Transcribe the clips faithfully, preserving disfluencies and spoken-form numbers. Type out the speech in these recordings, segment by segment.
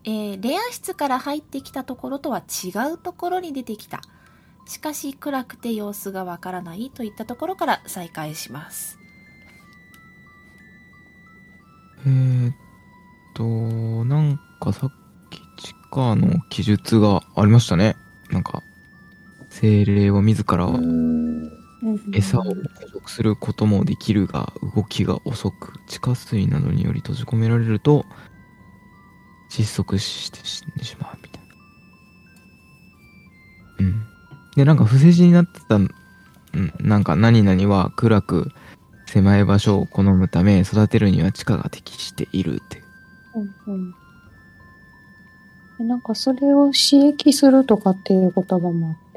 えー、レア室から入ってきたところとは違うところに出てきた。しかし暗くて様子がわからないといったところから再開します。 えー、っと、なんかさっき地下の記述がありましたね。なんか、精霊は自らは餌を捕食することもできるが、動きが遅く、地下水などにより閉じ込められると、窒息して死んでしまうみたいな。うん。で、なんか伏せ字になってた、うん、なんか何々は暗く狭い場所を好むため、育てるには地下が適しているって。 うんうん。なんかそれを刺激するとかっていう言葉もあった。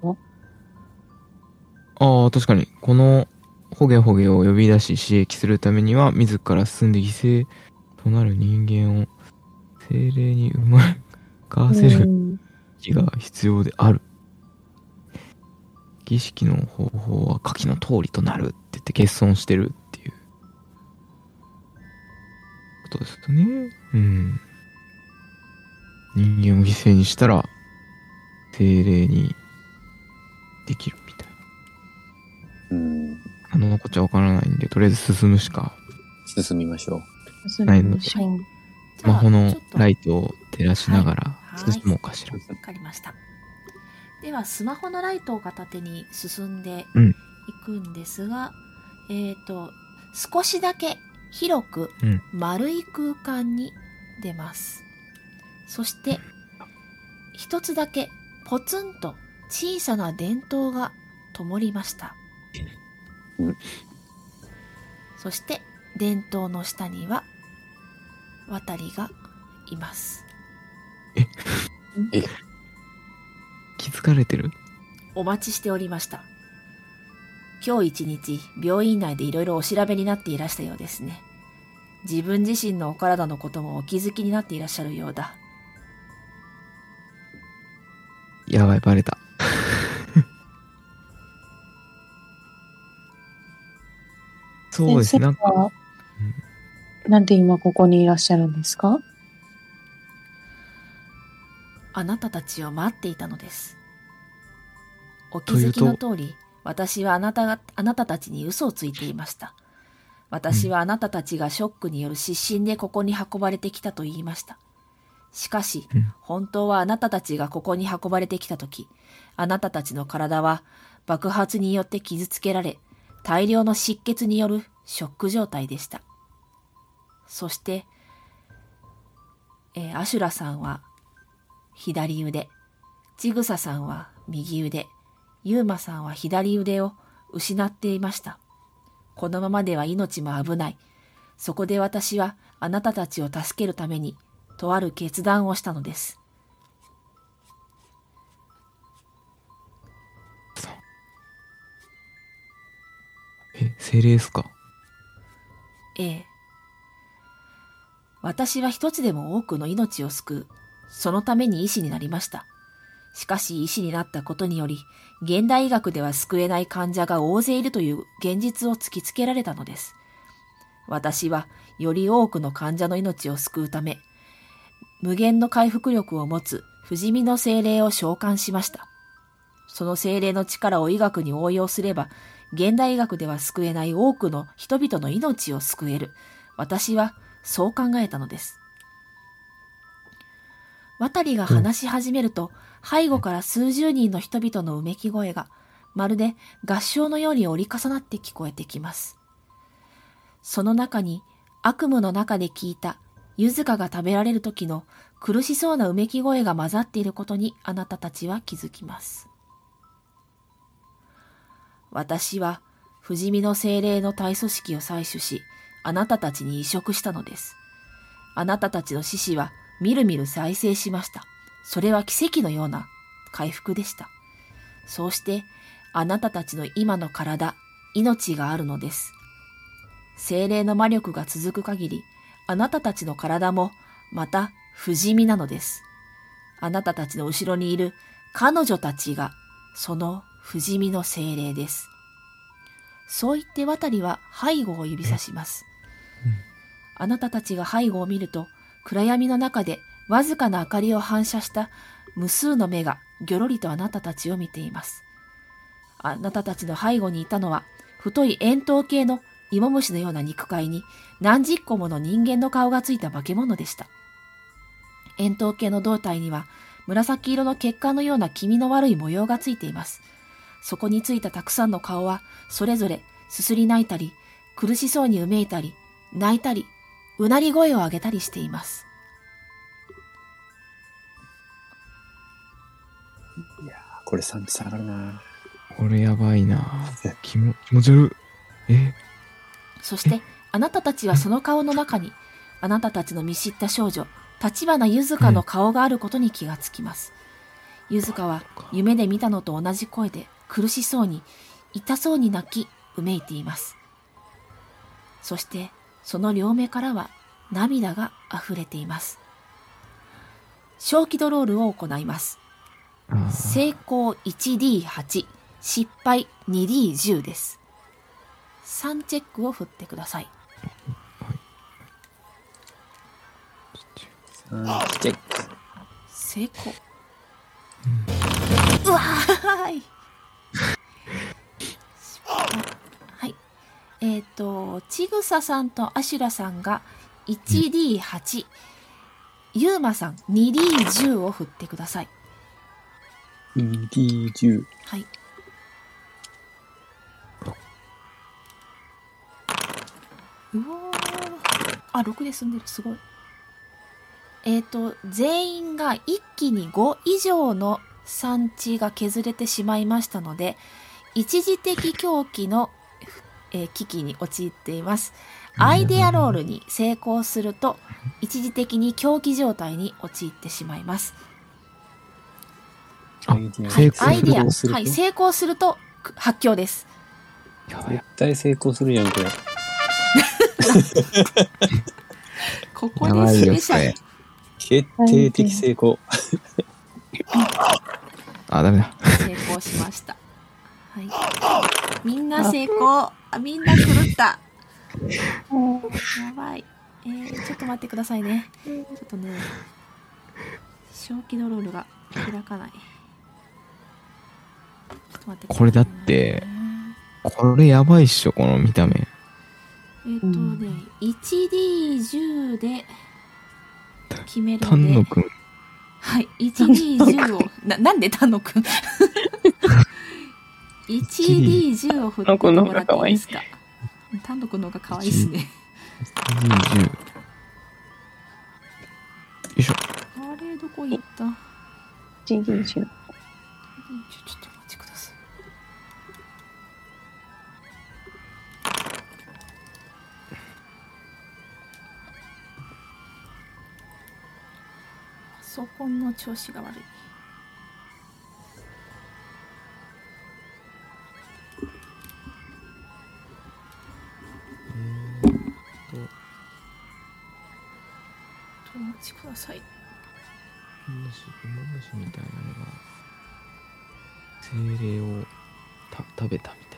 ああ、確かに。このホゲホゲを呼び出し刺激するためには、自ら進んで犠牲となる人間を精霊に生まれ変わせる気が必要である。儀式の方法は下記の通りとなるって言って欠損してるっていうことですよね。うん。人間を犠牲にしたら精霊にできるみたいな。うん。あのこっちゃわからないんで、とりあえず進むしか進みましょう。 進みましょう。 スマホのライトを照らしながら進もうかしら。 わかりました。ではスマホのライトを片手に進んでいくんですが、うん、えっと少しだけ広く丸い空間に出ます。うん、そして一つだけポツンと小さな電灯が灯りました。うん、そして電灯の下には渡りがいます。 ええ気づかれてる？ お待ちしておりました。今日一日病院内でいろいろお調べになっていらしたようですね。自分自身のお体のこともお気づきになっていらっしゃるようだ。 やばい、バレた。そうですね、なんか、 うん、なんで今ここにいらっしゃるんですか？ あなたたちを待っていたのです。お気づきの通り、私はあなたが、あなたたちに嘘をついていました。私はあなたたちがショックによる失神でここに運ばれてきたと言いました。しかし、うん、本当はあなたたちがここに運ばれてきたとき、あなたたちの体は爆発によって傷つけられ、大量の失血によるショック状態でした。そして、えー、アシュラさんは左腕、ちぐささんは右腕、ユーマさんは左腕を失っていました。このままでは命も危ない。そこで私はあなたたちを助けるために、とある決断をしたのです。 え、精霊ですか？ ええ。私は一つでも多くの命を救う。そのために医師になりました。しかし医師になったことにより、現代医学では救えない患者が大勢いるという現実を突きつけられたのです。私はより多くの患者の命を救うため、無限の回復力を持つ不死身の精霊を召喚しました。その精霊の力を医学に応用すれば、現代医学では救えない多くの人々の命を救える。私はそう考えたのです。渡りが話し始めると、背後から数十人の人々のうめき声が、まるで合唱のように折り重なって聞こえてきます。その中に、悪夢の中で聞いた、ゆずかが食べられる時の苦しそうなうめき声が混ざっていることにあなたたちは気づきます。私は不死身の精霊の体組織を採取し、あなたたちに移植したのです。あなたたちの獅子はみるみる再生しました。それは奇跡のような回復でした。そうしてあなたたちの今の体、命があるのです。精霊の魔力が続く限り、あなたたちの体もまた不死身なのです。あなたたちの後ろにいる彼女たちがその不死身の精霊です。そう言って渡りは背後を指さします。あなたたちが背後を見ると、暗闇の中でわずかな明かりを反射した無数の目がぎょろりとあなたたちを見ています。あなたたちの背後にいたのは、太い円筒形の芋虫のような肉塊に何十個もの人間の顔がついた化け物でした。円筒形の胴体には紫色の血管のような気味の悪い模様がついています。そこについたたくさんの顔は、それぞれすすり泣いたり、苦しそうにうめいたり、泣いたり、うなり声を上げたりしています。 いやー、これ産地下がるな。 これやばいな。気も気持ち悪い。えそして、あなたたちはその顔の中に、あなたたちの見知った少女、立花ゆずかの顔があることに気がつきます。ゆずかは夢で見たのと同じ声で苦しそうに、痛そうに泣き、うめいています。そして、その両目からは涙が溢れています。小気ドロールを行います。成功 いちディーはち、失敗 にディーじゅう です。さんチェックを振ってください。 あーチェック。 成功。うわーい。はい。えっと、ちぐささんとアシュラさんが いちディーはち、ゆうまさん にディーじゅう を振ってください。 にディーじゅう。 はい。うおー。あ、ろくで済んでる。すごい。えっと、全員が一気にご以上の産地が削れてしまいましたので、一時的狂気の、えー危機に陥っています。アイデアロールに成功すると、一時的に狂気状態に陥ってしまいます。 あアイデア成功アイデア、 するとはい、成功するとく発狂です。 やばい。 絶対成功するやん、これ。 ここやばいよ、 でスペシそれャル。。 決定的成功。 あ、ダメだ。 成功しました。はい。みんな成功。あ、みんな狂った。やばい。えー、ちょっと待ってくださいね。ちょっとね、小気ドロールが開かない。ちょっと待ってくださいね。 これだってこれやばいっしょ、この見た目。 えっとね、いちディーじゅう で決めるので、 丹野くん。 はい、いちディーじゅう を、な、なんで丹野くんいちディーじゅう を振ってもらっていいですか。丹野くんの方が可愛いですね。 にじゅう。よいしょ。 あれ、どこ行った？ ジギージュ。 ちょ、ちょっとお待ちください。パソコンの調子が悪い。お待ちください。 芋虫みたいなのが精霊をた食べたみた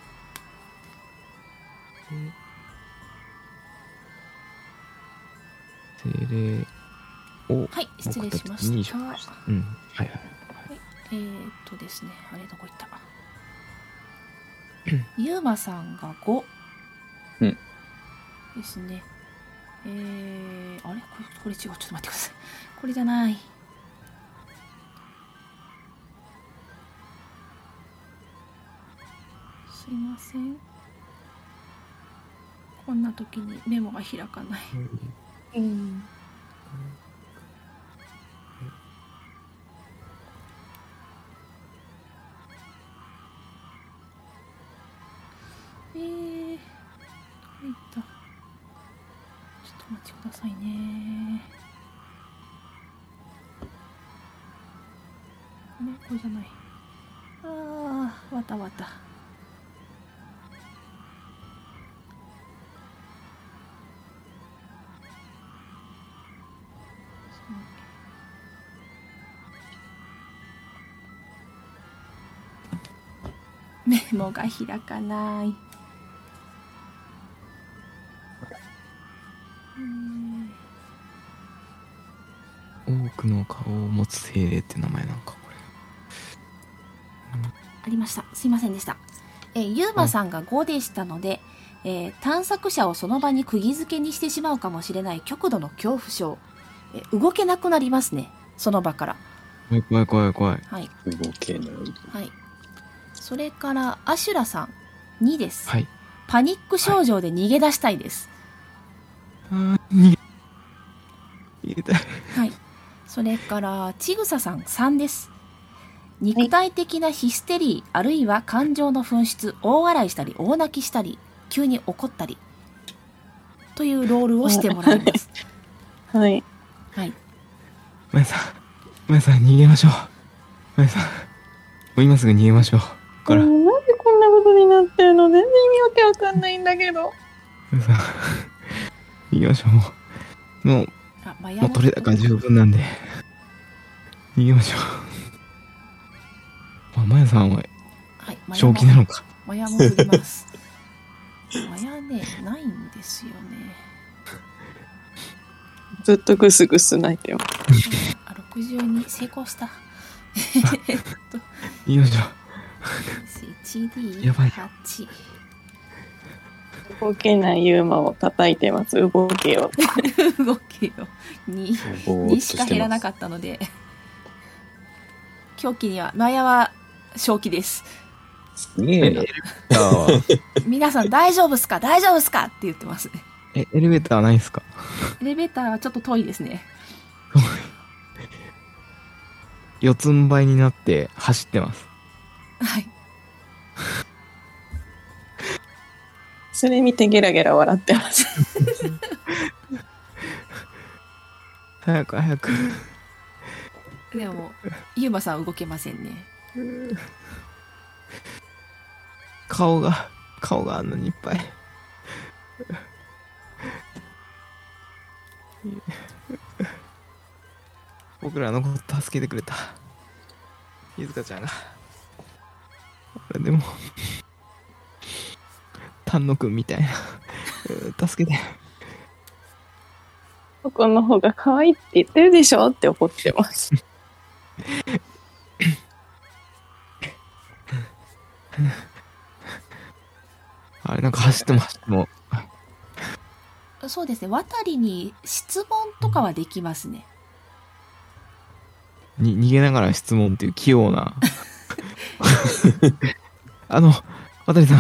いな。精霊をはい、失礼しま僕たちに移した。 植した。うん。はいはい。 えー、っとですね、あれどこ行ったゆうまさんがごうんですね。えー、あれこれこれ違う。ちょっと待ってください。これじゃない。すいません。こんな時にメモが開かない。 うん。 えー、どこ行った。ちょっとお待ちくださいね。あれこれじゃない。あー、わたわた。メモが開かない。えーの顔を持つ精霊って名前なんかこれ。 ありました。すいませんでした。えー、ゆうまさんがごでしたので、えー探索者をその場に釘付けにしてしまうかもしれない極度の恐怖症。えー動けなくなりますね。その場から。 怖い怖い怖い怖い。 はい。 動けない。 はい。それから、アシュラさん、にです。 はい。 パニック症状で逃げ出したいです。 あー、逃げ、逃げたい。 はい。それから、ちぐささん、さんです。肉体的なヒステリー、あるいは感情の噴出、大笑いしたり、大泣きしたり、急に怒ったり、というロールをしてもらいます。 はい。 はい。 まやさん、まやさん逃げましょう。まやさん、もう今すぐ逃げましょう。ここから。 うんなんでこんなことになってるの全然意味わけわかんないんだけど。 まやさん、逃げましょう。もう、もう、 あ、マヤもう取れ高十分なんで、逃げましょう。まあ、まやさんははい、マヤ正も気なのか。 マヤも振ります。マヤね、ないんですよね。 ずっとグスグス泣いてます。 あ、ろくじゅうに成功した。えっと、 逃げましょエイチディーやばいよはち。 動けないユーマを叩いてます。動けよ。 動けよ。に、 ぼーっとにしか減らなかったので。狂気には、マヤは正気です。 すげえな。 皆さん大丈夫っすか大丈夫っすかって言ってますね。 え、エレベーターないんすか？ エレベーターはちょっと遠いですね。 四つん這いになって走ってます。 はい。 それ見てゲラゲラ笑ってます。 早く早く。 でも、ユーマさん動けませんね。 顔が、顔があんなにいっぱい。僕らのこと助けてくれたゆずかちゃんが。俺でも、丹野くんみたいな。うん助けて。 ここの方が可愛いって言ってるでしょって怒ってます。 あれなんか走っても走っても。 そうですね。渡りに質問とかはできますね。 に逃げながら質問っていう器用な。あの、渡さん。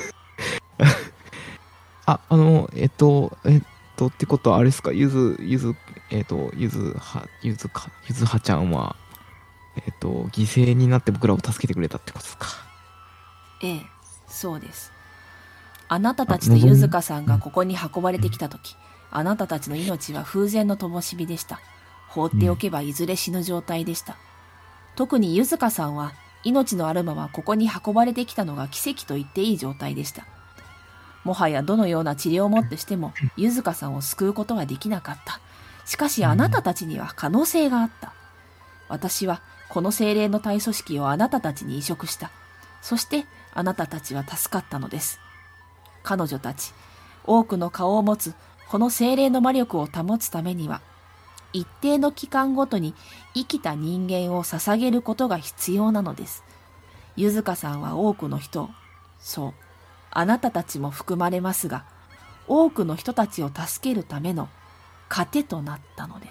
あ、あの、えっと、えっと、ってことはあれですか、ゆず、ゆず、えっと、ゆずは、ゆずか、ゆずはちゃんは、えっと、犠牲になって僕らを助けてくれたってことですか。 ええ、そうです。あなたたちとゆずかさんがここに運ばれてきたとき、あなたたちの命は風前の灯火でした。放っておけばいずれ死ぬ状態でした。特にゆずかさんは、命のあるままここに運ばれてきたのが奇跡と言っていい状態でした。もはやどのような治療をもってしても、ゆずかさんを救うことはできなかった。しかしあなたたちには可能性があった。私はこの精霊の体組織をあなたたちに移植した。そしてあなたたちは助かったのです。彼女たち、多くの顔を持つこの精霊の魔力を保つためには、一定の期間ごとに生きた人間を捧げることが必要なのです。ゆずかさんは多くの人を、そう、あなたたちも含まれますが、多くの人たちを助けるための糧となったのです。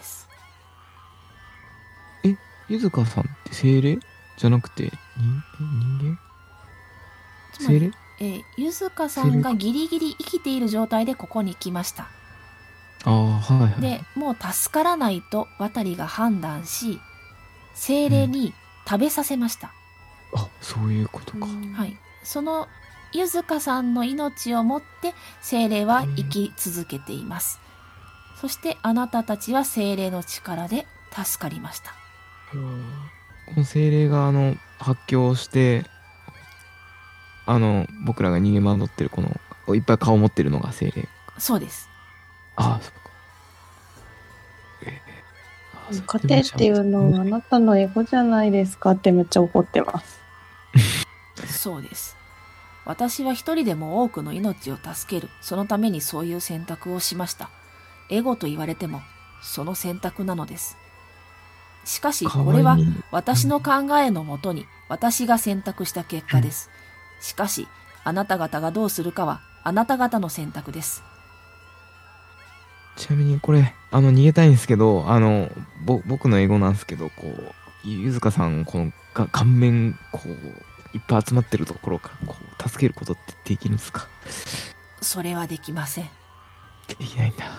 え、ゆずかさんって精霊じゃなくて、人人間つまり精霊えーゆずかさんがギリギリ生きている状態でここに来ました。 ああ、はいはい。 で、もう助からないと渡りが判断し、精霊に食べさせました。 あ、そういうことか。 はい。そのゆずかさんの命をもって精霊は生き続けています。そしてあなたたちは精霊の力で助かりました。 この精霊があの発狂してあの僕らが逃げ惑ってるこのいっぱい顔持ってるのが精霊。 そうです。 ああ、そうか。えー、あ家庭っていうのはあなたのエゴじゃないですかってめっちゃ怒ってます。 そうです。私は一人でも多くの命を助ける。そのためにそういう選択をしました。エゴと言われても、その選択なのです。 しかしかわいいこれは私の考えのもとに私が選択した結果です。しかしあなた方がどうするかはあなた方の選択です。 ちなみにこれ、あの、逃げたいんですけど、あの、ぼ、僕の英語なんですけど、こう、ゆゆずかさん、この、が、顔面、こう、いっぱい集まってるところから、こう、助けることってできるんですか？ それはできません。 できないんだ。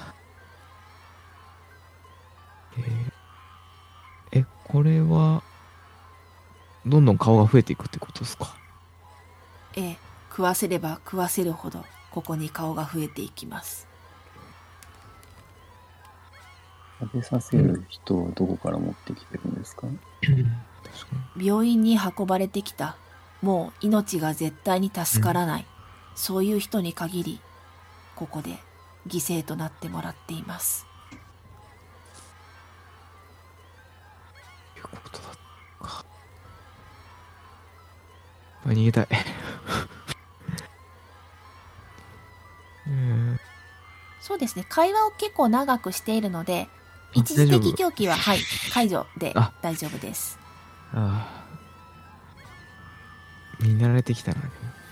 えーえ、これは、どんどん顔が増えていくってことですか？ ええ、食わせれば食わせるほどここに顔が増えていきます。 食べさせる人をどこから持ってきてるんですか？ 確か病院に運ばれてきた、もう命が絶対に助からない、そういう人に限り、ここで犠牲となってもらっています。 に。いうことだ。か。あ、逃げたい。えー、 そうですね、会話を結構長くしているので、 あ一時大丈夫的狂気は、はい、解除であ大丈夫です。 ああ、見慣れてきたな、でも。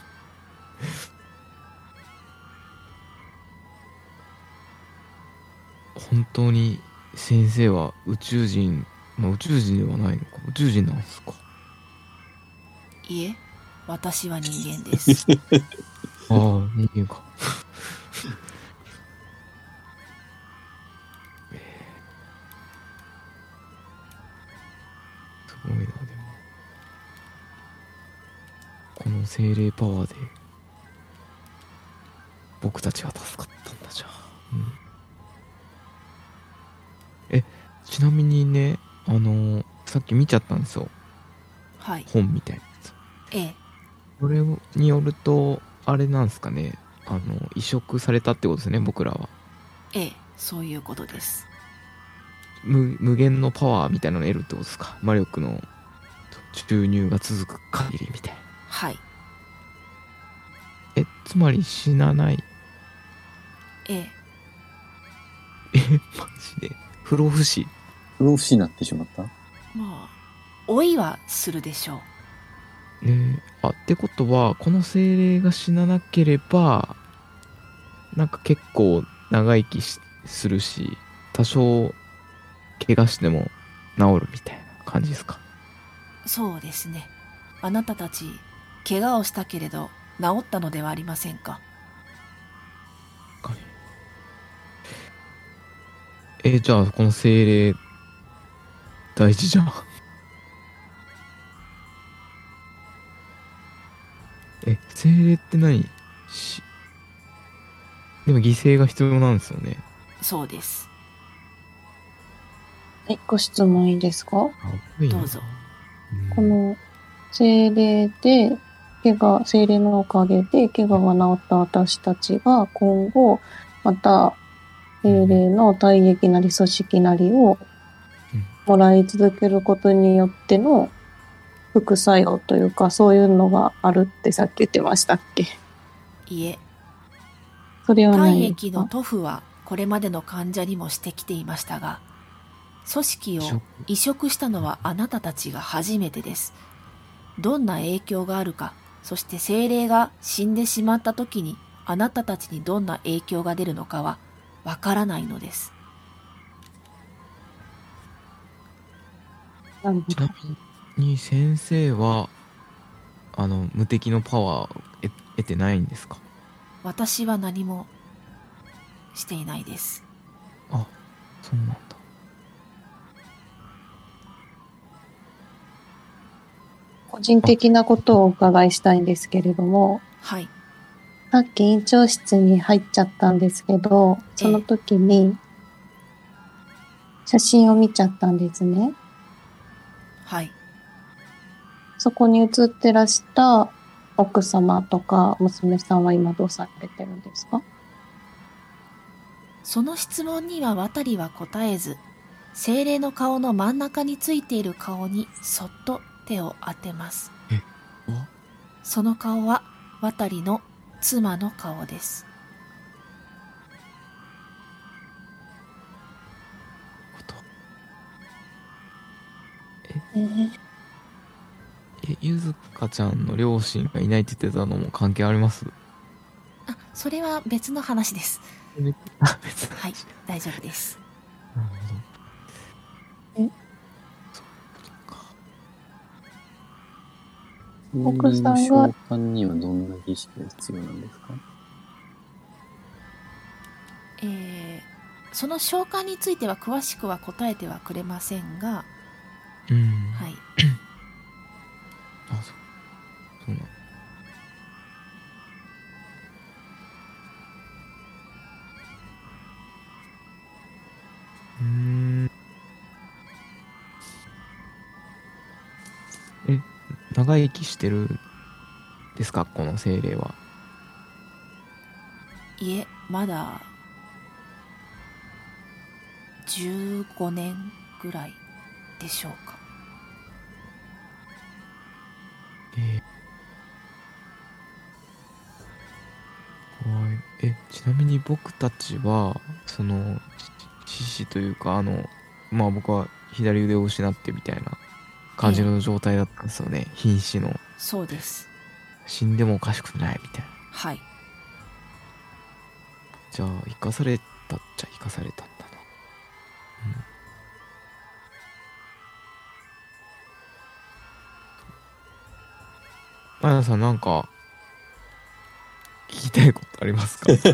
本当に先生は宇宙人、まあ、宇宙人ではないのか。宇宙人なんですか？ いえ、私は人間です。 ああ、人間か。すごいな、でも。この精霊パワーで、僕たちは助かったんだじゃあ。うん。え、ちなみにね、あのーさっき見ちゃったんですよ。 はい、 本みたいなやつ。 ええ、 これによると、あれなんですかね。あの、移植されたってことですね、僕らは。 ええ、そういうことです。 無、無限のパワーみたいなのを得るってことですか？魔力の注入が続く限りみたいな。 はい、 え、つまり死なない。 ええ、 え、マジで。不老不死。 不老不死になってしまった？ まあ、老いはするでしょう。 えーあ、ってことは、この精霊が死ななければ、なんか結構長生きしするし、多少怪我しても治るみたいな感じですか？ そうですね。あなたたち、怪我をしたけれど、治ったのではありませんか。 かえーじゃあ、この精霊、大事じゃん。え、精霊って何し、でも犠牲が必要なんですよね。 そうです。 はい、ご質問いいですか？ 危いな。 どうぞ。 うんこの精霊で、怪我、精霊のおかげで怪我が治った私たちが今後、また精霊の体液なり組織なりをうんもらい続けることによっての副作用というか、そういうのがあるってさっき言ってましたっけ？ いえ、 それは体何ですか？ 液の塗布はこれまでの患者にもしてきていましたが、組織を移植したのはあなたたちが初めてです。どんな影響があるか、そして精霊が死んでしまった時にあなたたちにどんな影響が出るのかはわからないのです。 なるほど。 ちなみに先生は、あの、無敵のパワーを得得てないんですか？ 私は何もしていないです。 あ、そうなんだ。 個人的なことをお伺いしたいんですけれども、 はい、 さっき院長室に入っちゃったんですけど、その時に写真を見ちゃったんですね。 はい。 そこに写ってらした奥様とか娘さんは今どうされてるんですか？ その質問には渡りは答えず、精霊の顔の真ん中についている顔にそっと手を当てます。 あ、 その顔は渡りの妻の顔です。 こと。 ええ、ゆずかちゃんの両親がいないって言ってたのも関係あります？ あ、それは別の話です。 あ、別に。 はい、大丈夫です。 なるほど。 えそっか。 奥さんが精霊の召喚にはどんな儀式が必要なんですか？ えー、その召喚については詳しくは答えてはくれませんが、 うん。 はい、 あ、そう。そうなん。うーん。え、長生きしてるんですか、この精霊は。 いえ、まだじゅうごねんぐらいでしょうか。 えー、怖い。え、ちなみに僕たちは、その、し獅子というか、あの、まあ僕は左腕を失ってみたいな感じの状態だったんですよね。瀕死の。 そうです。 死んでもおかしくないみたいな。 はい。 じゃあ、生かされたっちゃ生かされたんだな。うん。あやさん、なんか、聞きたいことありますか？ い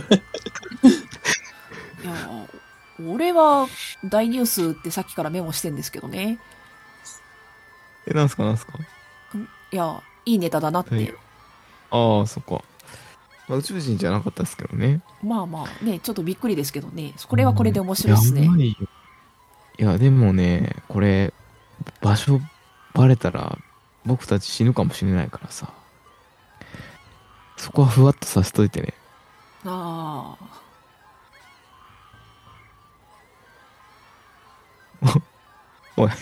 や、俺は大ニュースってさっきからメモしてんですけどね。 え、なんすかなんすか？ んいや、いいネタだなっはい。 て。 ああ、そっか。まあ、宇宙人じゃなかったですけどね。 まあまあね、ちょっとびっくりですけどね。これはこれで面うん、や白いっすね。 ばいよ。いや、でもね、これ、場所バレたら、僕たち死ぬかもしれないからさ。そこはふわっとさせといてね。 あおい。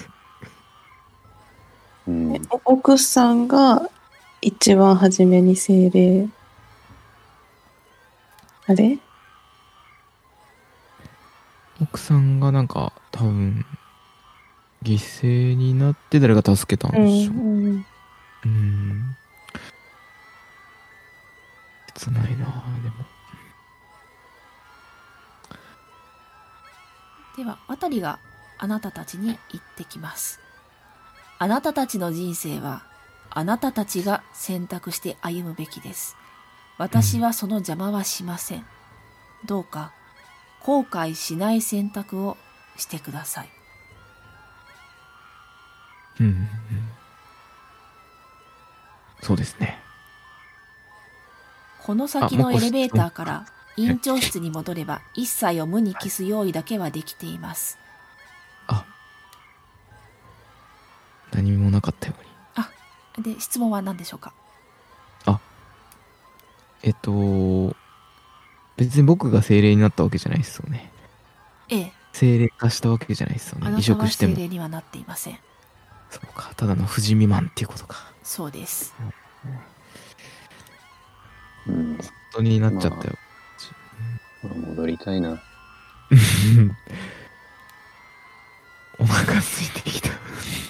うんえお奥さんが一番初めに精霊。あれ奥さんがなんか、多分、犠牲になって誰が助けたんうでしょう。 んうん。 うーん。切ないなぁ、でも。 ーでは、渡りがあなたたちに言ってきます。あなたたちの人生は、あなたたちが選択して歩むべきです。私はその邪魔はしません。どうか、後悔しない選択をしてください。 うんうんうん。そうですね。 この先のエレベーターから院長室に戻れば一切を無に帰す用意だけはできています。 あ、何もなかったように。 あ、で、質問は何でしょうか？ あ、えっと、別に僕が精霊になったわけじゃないですよね。 ええ、 精霊化したわけじゃないですよね。移あなたは植しても。 精霊にはなっていません。 そうか。ただの不死未満っていうことか。 そうです。 うん。 本当になっちゃったよ。 まあ戻りたいな。 お腹空いてきた。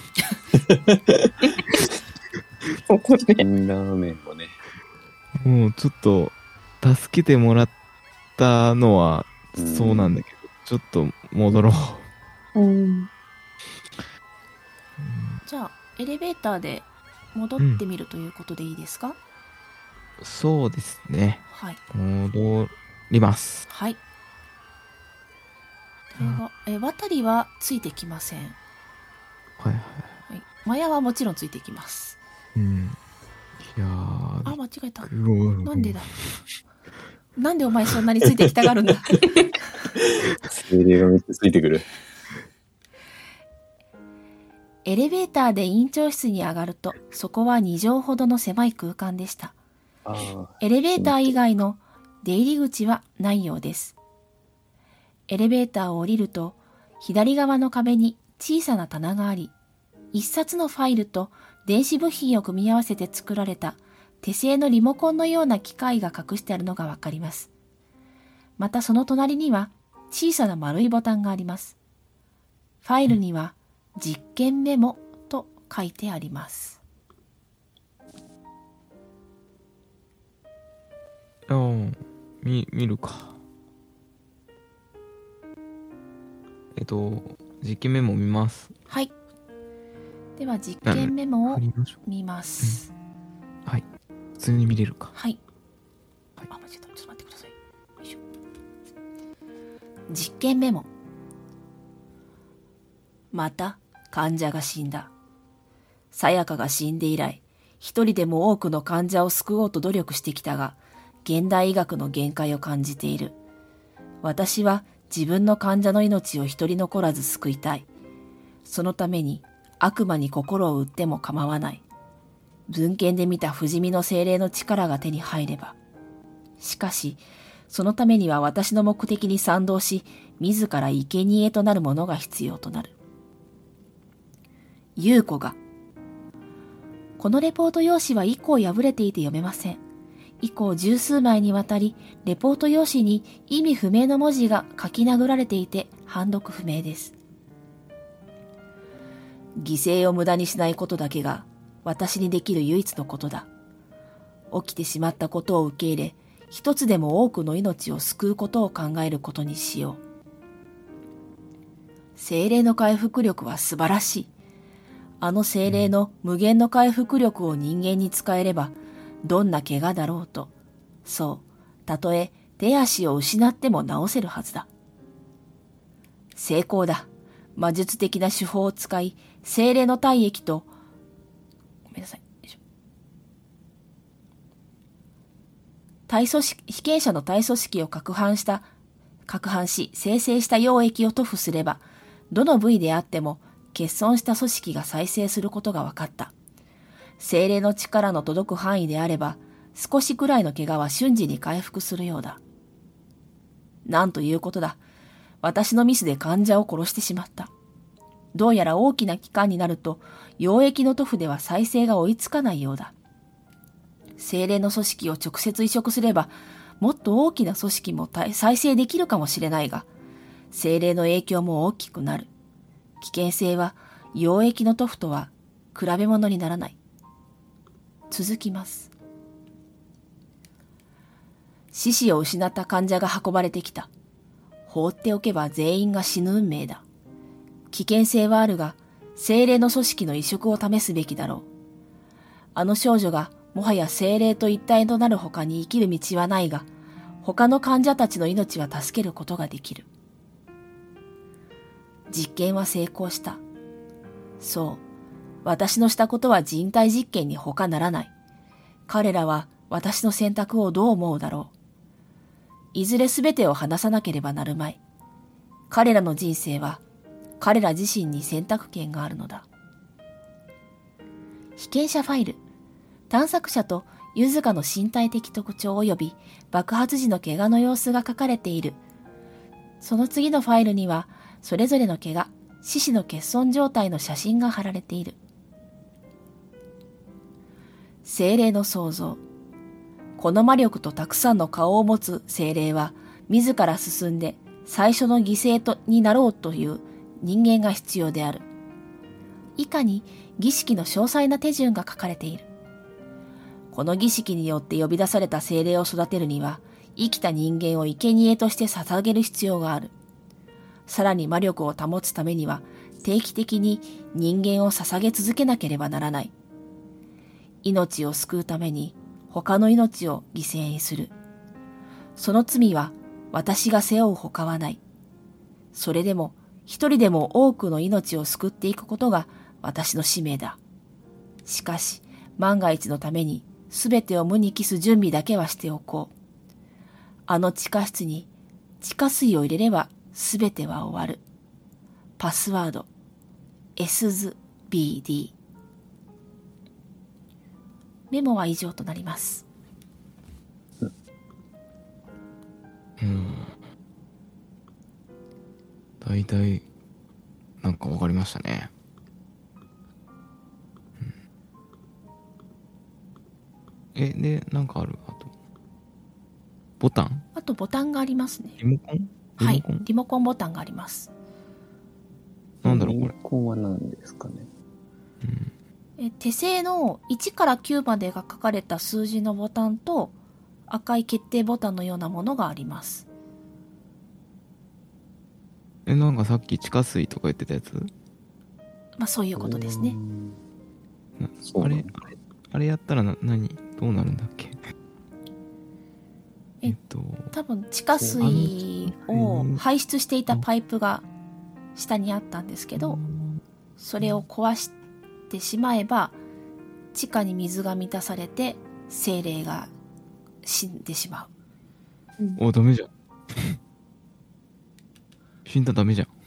ここで。 辛ラーメンをね。 もうちょっと、助けてもらったのはそうなんだけど、ちょっと戻ろう。 うん。 じゃあ、エレベーターで戻ってみるということでいいですか？ そうですね。 はい。 戻ります。 はい。では、え、渡りはついてきません。 はいはい。 はい。マヤはもちろんついてきます。 うん。いやー、 あ、間違えた。 うおーなんでだ。なんでお前そんなについてきたがるんだ。 精霊がめっちゃついてくる。 エレベーターで院長室に上がると、そこはに畳ほどの狭い空間でした。 ああ。 エレベーター以外の出入り口はないようです。エレベーターを降りると、左側の壁に小さな棚があり、一冊のファイルと電子部品を組み合わせて作られた手製のリモコンのような機械が隠してあるのがわかります。またその隣には小さな丸いボタンがあります。ファイルには実験メモと書いてあります。 ああ、み、見るか。えっと、実験メモ見ます。 はい。では実験メモを振りましょう。 見ます。 はい。普通に見れるか。 はい。 はいあ、間違えた。ちょっと待ってください。よいしょ。実験メモ。また、患者が死んだ。さやかが死んで以来、一人でも多くの患者を救おうと努力してきたが、現代医学の限界を感じている。私は自分の患者の命を一人残らず救いたい。そのために悪魔に心を売っても構わない。文献で見た不死身の精霊の力が手に入れば。しかし、そのためには私の目的に賛同し、自ら生贄となるものが必要となる。優子が、このレポート用紙は以降破れていて読めません。以降十数枚にわたり、レポート用紙に意味不明の文字が書き殴られていて、判読不明です。犠牲を無駄にしないことだけが、私にできる唯一のことだ。起きてしまったことを受け入れ、一つでも多くの命を救うことを考えることにしよう。精霊の回復力は素晴らしい。あの精霊の無限の回復力を人間に使えれば、どんな怪我だろうと、そう、たとえ手足を失っても治せるはずだ。成功だ。魔術的な手法を使い、精霊の体液と、ごめんなさい。体組織、被験者の体組織を攪拌した、攪拌し、生成した溶液を塗布すれば、どの部位であっても、欠損した組織が再生することが分かった。精霊の力の届く範囲であれば、少しくらいの怪我は瞬時に回復するようだ。なんということだ。私のミスで患者を殺してしまった。どうやら大きな期間になると、溶液の塗布では再生が追いつかないようだ。精霊の組織を直接移植すれば、もっと大きな組織も再生できるかもしれないが、精霊の影響も大きくなる。危険性は溶液の塗布とは比べ物にならない。続きます。四肢を失った患者が運ばれてきた。放っておけば全員が死ぬ運命だ。危険性はあるが、精霊の組織の移植を試すべきだろう。あの少女がもはや精霊と一体となる他に生きる道はないが、他の患者たちの命は助けることができる。実験は成功した。そう。私のしたことは人体実験に他ならない。彼らは私の選択をどう思うだろう。いずれすべてを話さなければなるまい。彼らの人生は彼ら自身に選択権があるのだ。被験者ファイル。探索者とユズカの身体的特徴及び爆発時の怪我の様子が書かれている。その次のファイルにはそれぞれの怪我、四肢の欠損状態の写真が貼られている。精霊の創造。この魔力とたくさんの顔を持つ精霊は、自ら進んで最初の犠牲とになろうという人間が必要である。以下に儀式の詳細な手順が書かれている。この儀式によって呼び出された精霊を育てるには、生きた人間を生贄として捧げる必要がある。さらに魔力を保つためには、定期的に人間を捧げ続けなければならない。命を救うために他の命を犠牲にする。その罪は私が背負うほかはない。それでも一人でも多くの命を救っていくことが私の使命だ。しかし万が一のためにすべてを無に帰す準備だけはしておこう。あの地下室に地下水を入れればすべては終わる。パスワード エスズビーディー。メモは以上となります。 うん。大体、なんかわかりましたね。うん、え、で、なんかあるあと。ボタンあとボタンがありますね。 リモコンはいリモコン、 リモコンボタンがあります。 なんだろうこれ。 リモコンは何ですかね。 うんえ手製のいちからきゅうまでが書かれた数字のボタンと赤い決定ボタンのようなものがあります。 え、なんかさっき地下水とか言ってたやつ？ まあそういうことですね。 なそうあれあれあれやったらな何どうなるんだっけ？ ええっと多分地下水を排出していたパイプが下にあったんですけど、それを壊してしまえば地下に水が満たされて精霊が死んでしまう。 お、ダメじゃん。死んだらダメじゃん。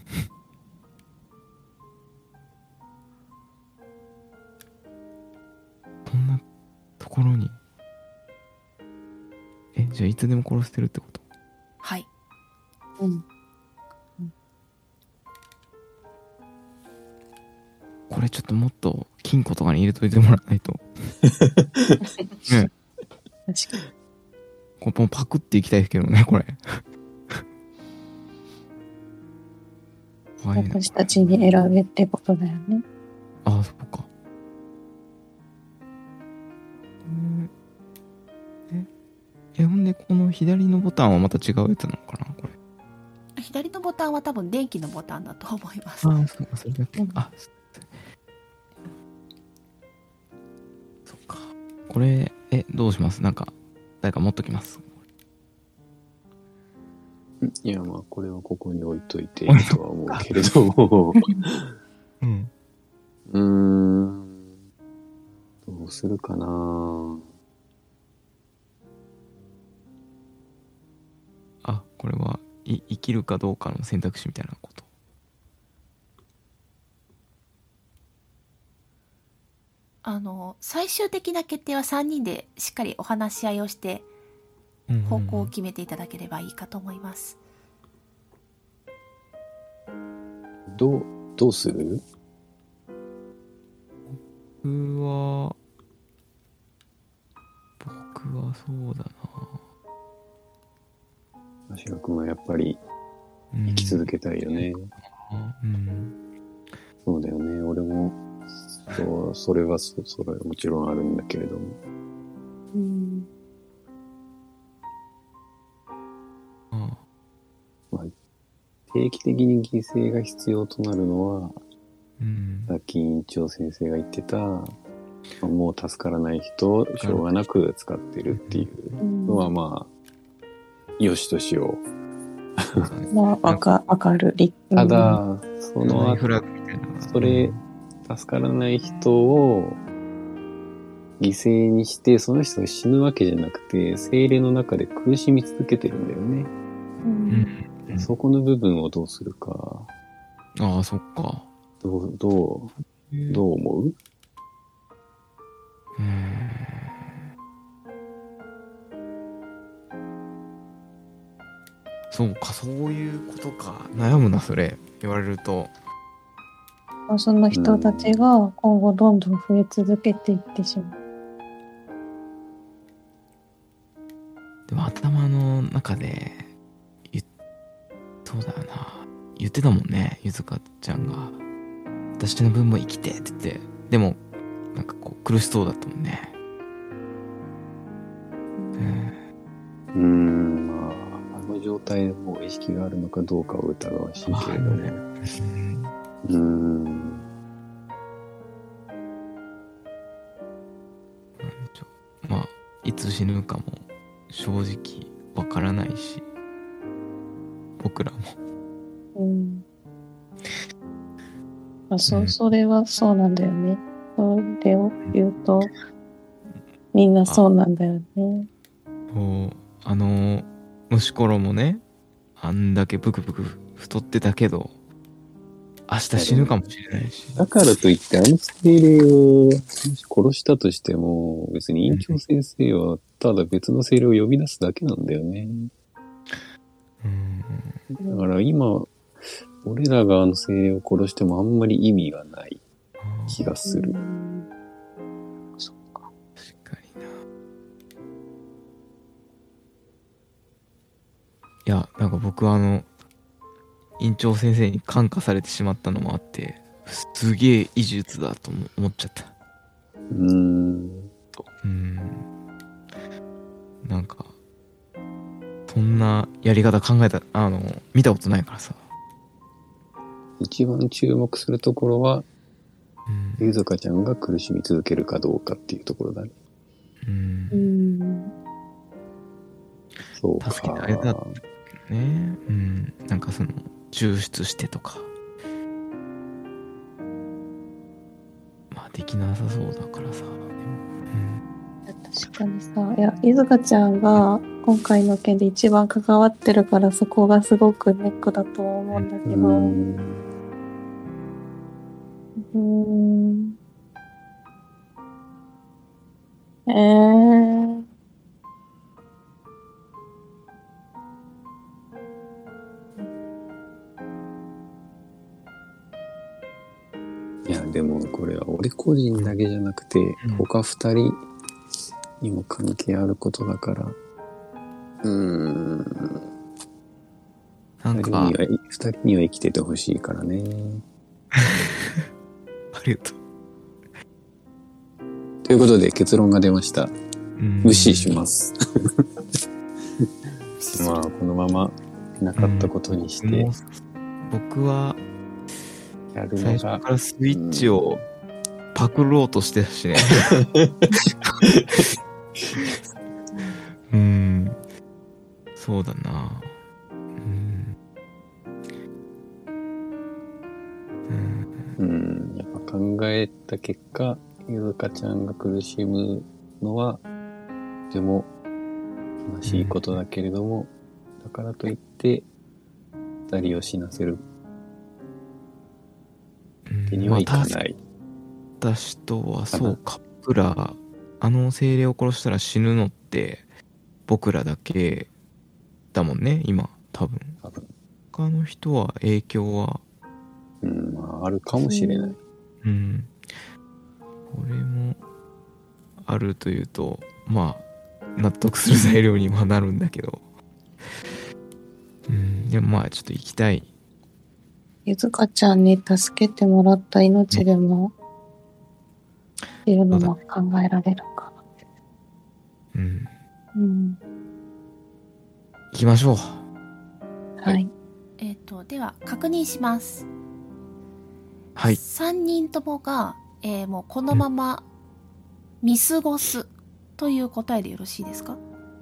そんなところに。え、じゃあいつでも殺してるってこと？ はい。 うん。 これちょっともっと金庫とかに入れといてもらわないと。ね。 確かに。 ここパクっていきたいですけどね、これ。怖いな。 私たちに選べってことだよね。 ああ、そっか。えー、え、ほんで、この左のボタンはまた違うやつなのかな、これ。 左のボタンは多分電気のボタンだと思います。 ああ、そうか、それだけ。あ、そっか。これ、え、どうします？なんか、誰か持っときます。 いや、まあ、これはここに置いといていいとは思うけれども。 うん。 うーん。どうするかな。 あ、これはい生きるかどうかの選択肢みたいなこと。 あの最終的な決定はさんにんでしっかりお話し合いをして方向を決めていただければいいかと思います。 どう、どうする？ 僕は、僕はそうだな。 芦田君はやっぱりうん生き続けたいよね。 うん。 そうだよね。俺も、そう、それはそ、それはもちろんあるんだけれども。 うん。 ああ、 まあ、定期的に犠牲が必要となるのは、 うん。 さっき院長先生が言ってた、もう助からない人をしょうがなく使ってるっていうのは、まあ、よしとしよそうだね。 まあ、わか、わかる。りう。ただ、そのライフラグみたいな。 それ、助からない人を犠牲にして、その人が死ぬわけじゃなくて、精霊の中で苦しみ続けてるんだよね。 うんうん。 そこの部分をどうするか。 ああ、そっか。 どう、どう、どう思う？ うーん。そうか、そういうことか。悩むな、それ。言われると。 その人たちが今後どんどん増え続けていってしまう。 でも頭の中で、言っ、そうだよな。言ってたもんね、ゆずかちゃんが。私の分も生きてって言って。でも、なんかこう、苦しそうだったもんね。 うーん、まあ、あの状態でもう意識があるのかどうかを疑わしいけれども。 うんうーん。 なんでしょう。まあ、いつ死ぬかも正直わからないし、僕らも。 うん。まあ、そ、 うんそれはそうなんだよね。それを言うと、みんなそうなんだよね。 そう、あの、虫ころもね、あんだけブクブク太ってたけど、明日死ぬかもしれないし。 だからといって、あの精霊をもし殺したとしても、別に院長先生はただ別の精霊を呼び出すだけなんだよね。 うん。 だから今、俺らがあの精霊を殺してもあんまり意味がない気がするう。ん。そっか。 確かにな。いや、なんか僕はあの、院長先生に感化されてしまったのもあって、すげえ医術だと思っちゃった。 うーん。 うん。なんか、そんなやり方考えた、あの、見たことないからさ。 一番注目するところは、 うん。 ゆずかちゃんが苦しみ続けるかどうかっていうところだね。 う。 うんん。 そうか。 助けてあげたね。うん。なんかその、抽出してとか。まあ、できなさそうだからさ。でも、うん。 確かにさ、いや、ゆずかちゃんが今回の件で一番関わってるからそこがすごくネックだとは思うんだけうど、うん。 ーん。えー。 いや、でもこれは俺個人だけじゃなくて、 うん他二人にも関係あることだから、うーん。 なんか二人に、は、二人には生きててほしいからね。 ありがとう。 ということで結論が出ました。 うん無視します。 無視するまあ、このままなかったことにしてもう僕はやる最初のが、 からスイッチをパクろうとしてたしね。うん。そうだな。うん。うん。 うん、やっぱ考えた結果、ゆずかちゃんが苦しむのは、とても悲しいことだけれども、だからといって、二人を死なせる手にはいかない。 私とはそうカップラあの精霊を殺したら死ぬのって僕らだけだもんね今多分。 多分。 他の人は影響はうん、まあ、あるかもしれない。 うんこれもあるというとまあ納得する材料にはなるんだけどうんでもまあちょっと行きたい。 ゆずかちゃんに助けてもらった命でも、っていうのも考えられるかうんな。うん。 行きましょう。 はい。 えっ、と、では、確認します。 はい。 さんにんともが、えーもうこのまま見過ごすという答えでよろしいですか？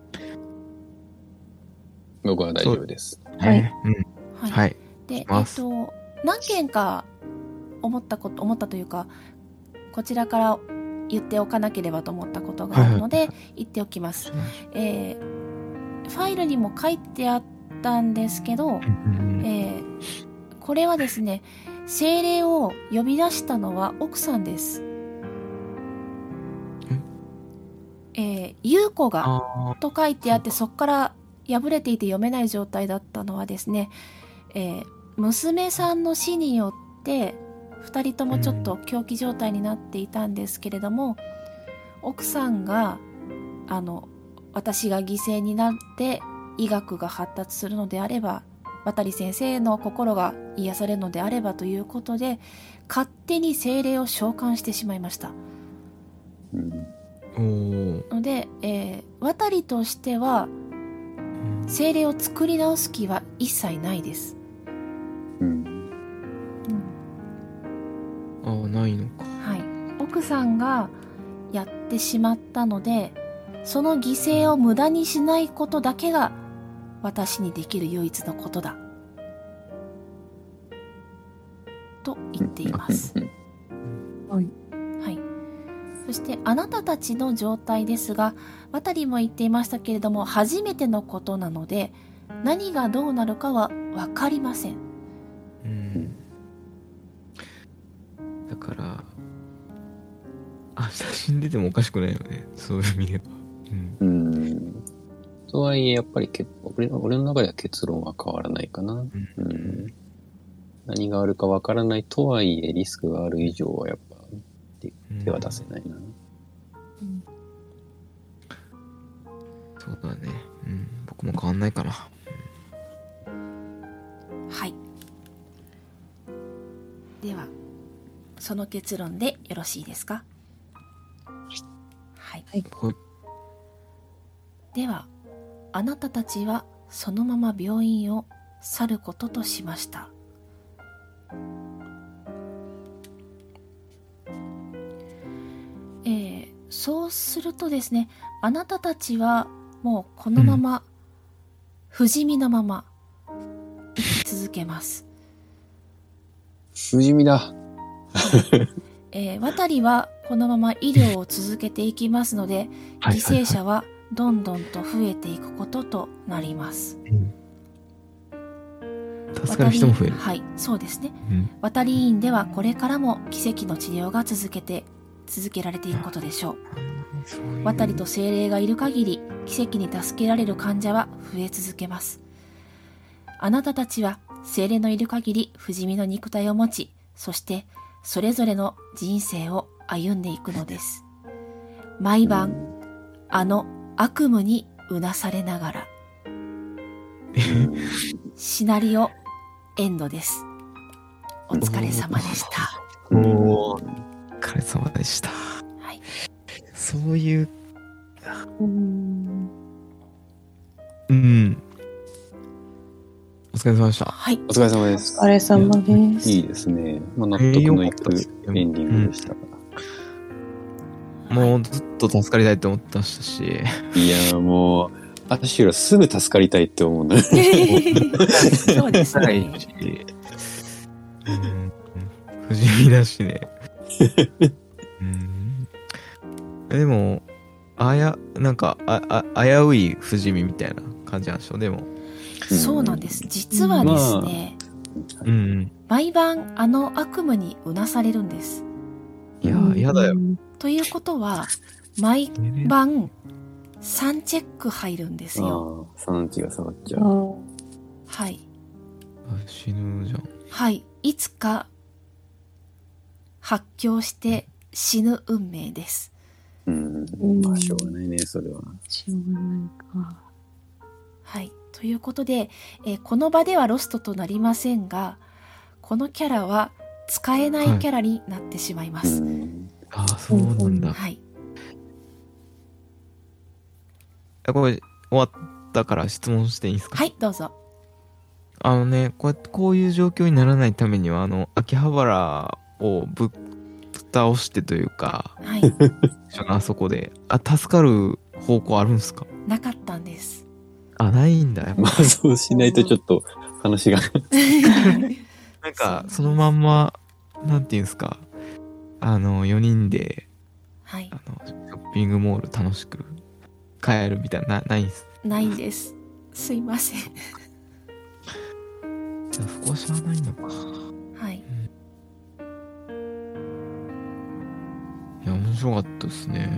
僕は大丈夫です。 はいねうんはい。 はい。 で、えっ、 しますと、何件か思ったこと、思ったというか、こちらから言っておかなければと思ったことがあるので、 はいはい言っておきます。えーファイルにも書いてあったんですけど、 うんえーこれはですね、精霊を呼び出したのは奥さんです。えー、優子があと書いてあって、そこから破れていて読めない状態だったのはですね、えー娘さんの死によってふたりともちょっと狂気状態になっていたんですけれども、奥さんがあの私が犠牲になって医学が発達するのであれば、渡先生の心が癒されるのであればということで、勝手に精霊を召喚してしまいました。 うん、 ーおーので、えー、渡としては精霊を作り直す気は一切ないです。 うん、 あーないのか。 はい、奥さんがやってしまったので、その犠牲を無駄にしないことだけが私にできる唯一のことだと言っています。 はい。 はい。そしてあなたたちの状態ですが、渡りも言っていましたけれども、初めてのことなので何がどうなるかは分かりません。 うんだから明日死んでてもおかしくないよね、そういう意味では。うんうん。とはいえ、やっぱりけ俺の俺の中では結論は変わらないかな。 うんうん、何があるかわからないとはいえ、リスクがある以上はやっぱ手手は出せないな。 うんそうだね。うん僕も変わんないかな。 はい。ではその結論でよろしいですか？ はい。 はい。 では、あなたたちはそのまま病院を去ることとしました。えー、そうするとですね、あなたたちはもうこのまま、不死身のまま生き続けます。 不死身だ。 えー、渡りはこのまま医療を続けていきますので、 はい犠牲者はどんどんと増えていくこととなります。 うん助かる人も増える。 はい、そうですね。 うん渡り院ではこれからも奇跡の治療が続けて続けられていくことでしょう。 そういう渡りと精霊がいる限り、奇跡に助けられる患者は増え続けます。あなたたちは精霊のいる限り不死身の肉体を持ち、そしてそれぞれの人生を歩んでいくのです。毎晩あの悪夢にうなされながら。シナリオエンドです。お疲れ様でした。 お疲れ様でした。 はい、 そういう、 うーん。 うん。お疲れ様でした。 はい、 お疲れ様ですお疲。れ様です。 いいですね。まあ、納得のいくエンディングでしたが。 もうずっと助かりたいって思ってましたし。 いや、もう、アシュラすぐ助かりたいって思うな。 そうですはいね。 うん不死身だしね。うんでも、あや、なんか、あ、あ、危うい不死身みたいな感じなんでしょう、でも。 そうなんです。実はですね、 うんうん。 毎晩あの悪夢にうなされるんです。 いや、やだよ。 ということは、毎晩さんチェック入るんですよ。 ああ、産地が下がっちゃう。 はい。 あ死ぬじゃん。 はい。いつか発狂して死ぬ運命です。 うん。まあ、しょうがないね、それは。 しょうがないか。 はい。ということで、えーこの場ではロストとなりませんが、このキャラは使えないキャラになってしまいまうす。 ん。 ああ、そうなんだ。 はい。 これ、終わったから質問していいですか？ はい、どうぞ。 あのね、こうやってこういう状況にならないためには、あの、秋葉原をぶっ倒してというか、 はい。 あそこで、あ、助かる方向あるんすか？ なかったんです。 あ、ないんだ。やっぱまあ、そうしないとちょっと話が。 なんか、そのまんま、なんていうんですか、あの、よにんで、 はいあ。の、ショッピングモール楽しく帰るみたいな、なないんす。 ないんです。すいません。 じゃあそこはしゃあないのか。 はい。 いや、面白かったですね。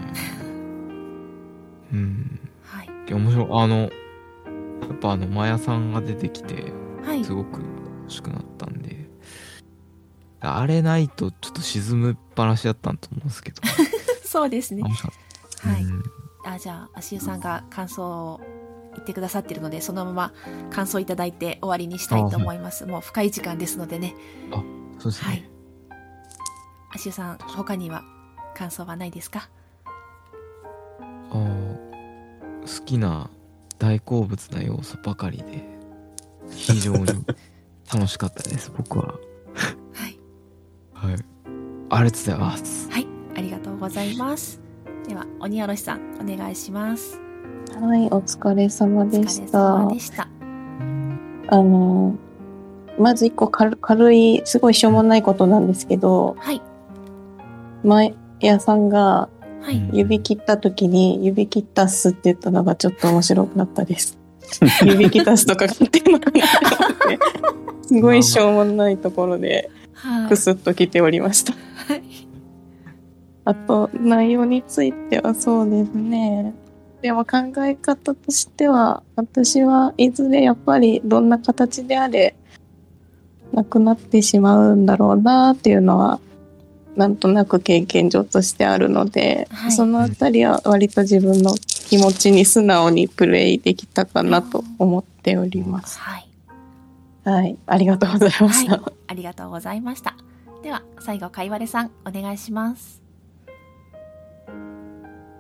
うん。 はい。 いや面白い。あの、やっぱあの、マヤさんが出てきて、 はいす。ごく欲しくなったんで、あれないとちょっと沈むっぱなしだったんと思うんですけど。 そうですね。 面白かった。 はい。 うんあ、じゃあ、足湯さんが感想を言ってくださってるので、そのまま感想いただいて終わりにしたいと思います。もう深い時間ですのでね。 そうですね。 はい。足湯さん、他には感想はないですか？ あー好きな大好物な要素ばかりで、非常に楽しかったです、僕は。 はい。 はい。ありがとうございます。 はい。ありがとうございます。では、鬼おろしさん、お願いします。 はい、お疲れ様お疲れでした。 様でした。 あの、まず一個軽軽い、すごいしょうもないことなんですけど、 はい。 前屋さんがはい。 指切った時に指切ったっすって言ったのがちょっと面白かったです。指切ったっすとか買ってるのかなと思って、すごいしょうもないところではい。 クスッと来ておりました。 はい。 あと、内容についてはそうですね。でも考え方としては、私はいずれやっぱりどんな形であれ、なくなってしまうんだろうなっていうのは、なんとなく経験上としてあるので、 はいそのあたりは割と自分の気持ちに素直にプレイできたかなと思っております。 はい。 はい、ありがとうございました。 はい。ありがとうございました。では、最後、かいわれさん、お願いします。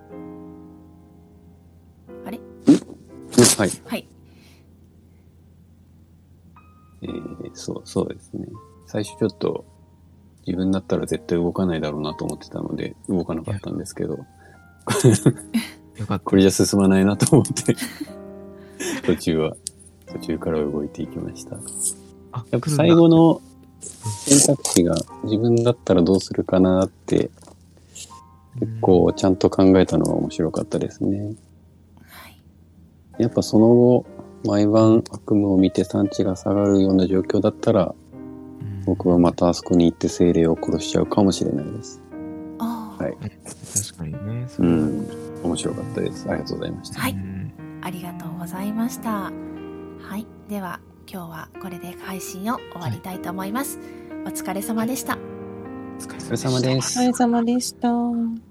はい。 はい。 えー、そう、そうですね。最初ちょっと自分だったら絶対動かないだろうなと思ってたので動かなかったんですけど、 よかった。 これじゃ進まないなと思って途中は途中から動いていきました。 あ、 やっぱ最後の選択肢が自分だったらどうするかなって結構ちゃんと考えたのが面白かったですね。 はい。 やっぱその後毎晩悪夢を見て産地が下がるような状況だったらうん僕はまたあそこに行って精霊を殺しちゃうかもしれないです。 ああ、 はい。 確かにね。それはうん。面白かったです。ありがとうございました。 はいうんありがとうございました。はい。では、今日はこれで配信を終わりたいと思います。お疲れ様でした。 お疲れお疲れ様ですお疲れ様でした。